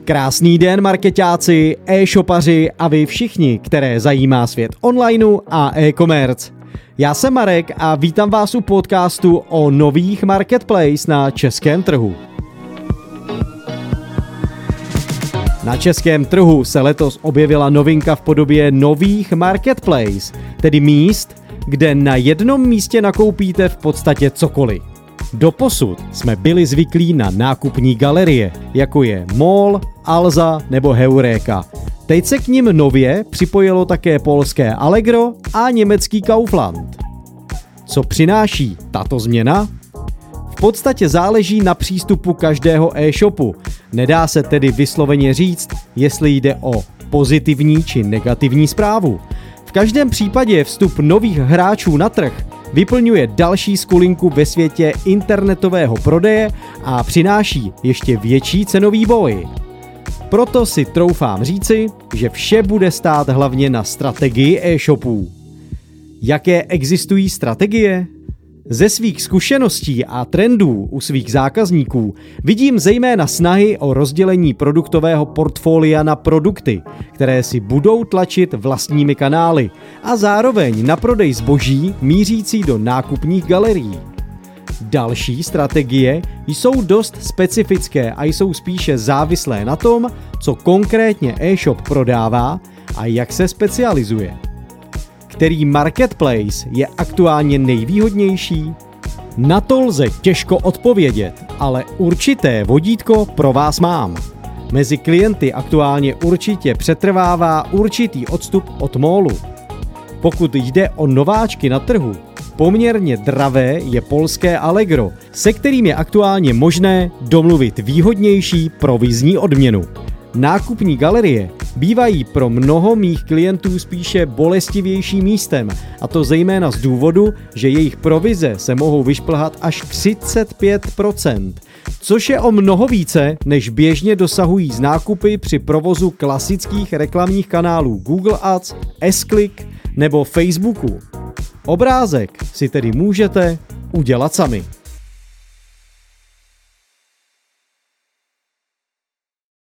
Krásný den, markeťáci, e-shopaři a vy všichni, které zajímá svět onlineu a e-commerce. Já jsem Marek a vítám vás u podcastu o nových marketplace na českém trhu. Na českém trhu se letos objevila novinka v podobě nových marketplace, tedy míst, kde na jednom místě nakoupíte v podstatě cokoliv. Doposud jsme byli zvyklí na nákupní galerie, jako je MOL, Alza nebo Heureka. Teď se k nim nově připojilo také polské Allegro a německý Kaufland. Co přináší tato změna? V podstatě záleží na přístupu každého e-shopu. Nedá se tedy vysloveně říct, jestli jde o pozitivní či negativní zprávu. V každém případě vstup nových hráčů na trh vyplňuje další skulinku ve světě internetového prodeje a přináší ještě větší cenový boj. Proto si troufám říci, že vše bude stát hlavně na strategii e-shopů. Jaké existují strategie? Ze svých zkušeností a trendů u svých zákazníků vidím zejména snahy o rozdělení produktového portfolia na produkty, které si budou tlačit vlastními kanály a zároveň na prodej zboží mířící do nákupních galerií. Další strategie jsou dost specifické a jsou spíše závislé na tom, co konkrétně e-shop prodává a jak se specializuje. Který marketplace je aktuálně nejvýhodnější? Na to lze těžko odpovědět, ale určité vodítko pro vás mám. Mezi klienty aktuálně určitě přetrvává určitý odstup od MOLu. Pokud jde o nováčky na trhu, poměrně dravé je polské Allegro, se kterým je aktuálně možné domluvit výhodnější provizní odměnu. Nákupní galerie bývají pro mnoho mých klientů spíše bolestivějším místem, a to zejména z důvodu, že jejich provize se mohou vyšplhat až 35%, což je o mnoho více, než běžně dosahují z nákupy při provozu klasických reklamních kanálů Google Ads, S-Click nebo Facebooku. Obrázek si tedy můžete udělat sami.